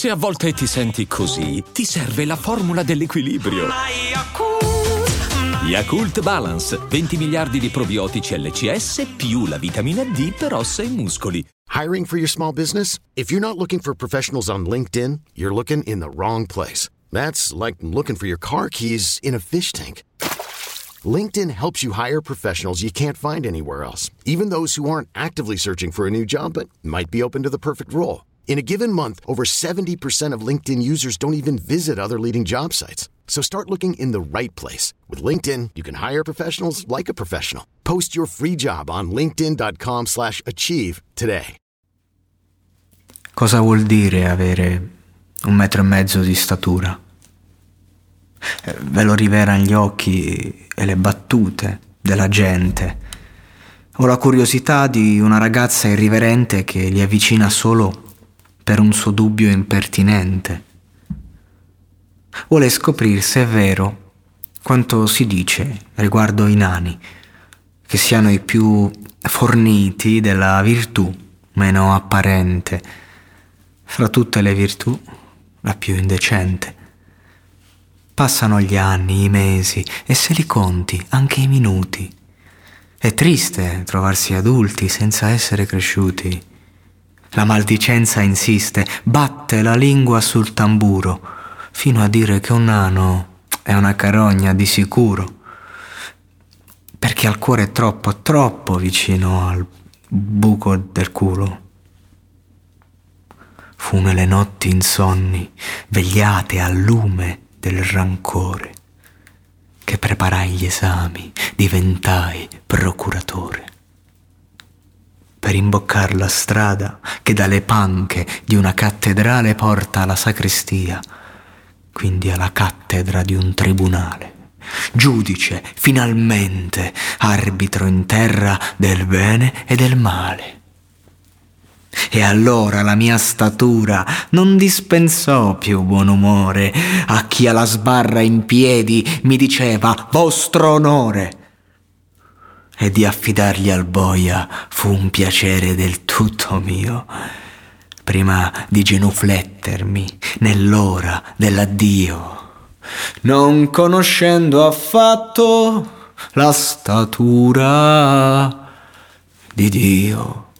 Se a volte ti senti così, ti serve la formula dell'equilibrio. Yakult Balance, 20 miliardi di probiotici LCS più la vitamina D per ossa e muscoli. Hiring for your small business? If you're not looking for professionals on LinkedIn, you're looking in the wrong place. That's like looking for your car keys in a fish tank. LinkedIn helps you hire professionals you can't find anywhere else, even those who aren't actively searching for a new job but might be open to the perfect role. In a given month, over 70% of LinkedIn users don't even visit other leading job sites. So start looking in the right place. With LinkedIn, you can hire professionals like a professional. Post your free job on linkedin.com/achieve today. Cosa vuol dire avere 1,5 metri di statura? Ve lo rivelano gli occhi e le battute della gente, o la curiosità di una ragazza irriverente che li avvicina solo per un suo dubbio impertinente. Vuole scoprire se è vero quanto si dice riguardo i nani, che siano i più forniti della virtù meno apparente, fra tutte le virtù la più indecente. Passano gli anni, i mesi, e se li conti anche i minuti. È triste trovarsi adulti senza essere cresciuti. La maldicenza insiste, batte la lingua sul tamburo, fino a dire che un nano è una carogna di sicuro, perché ha il cuore troppo, troppo vicino al buco del culo. Fu nelle notti insonni, vegliate al lume del rancore, che preparai gli esami, diventai procuratore, per imboccar la strada che dalle panche di una cattedrale porta alla sacrestia, quindi alla cattedra di un tribunale. Giudice, finalmente, arbitro in terra del bene e del male. E allora la mia statura non dispensò più buon umore a chi alla sbarra in piedi mi diceva vostro onore. E di affidargli al boia fu un piacere del tutto mio, prima di genuflettermi nell'ora dell'addio, non conoscendo affatto la statura di Dio.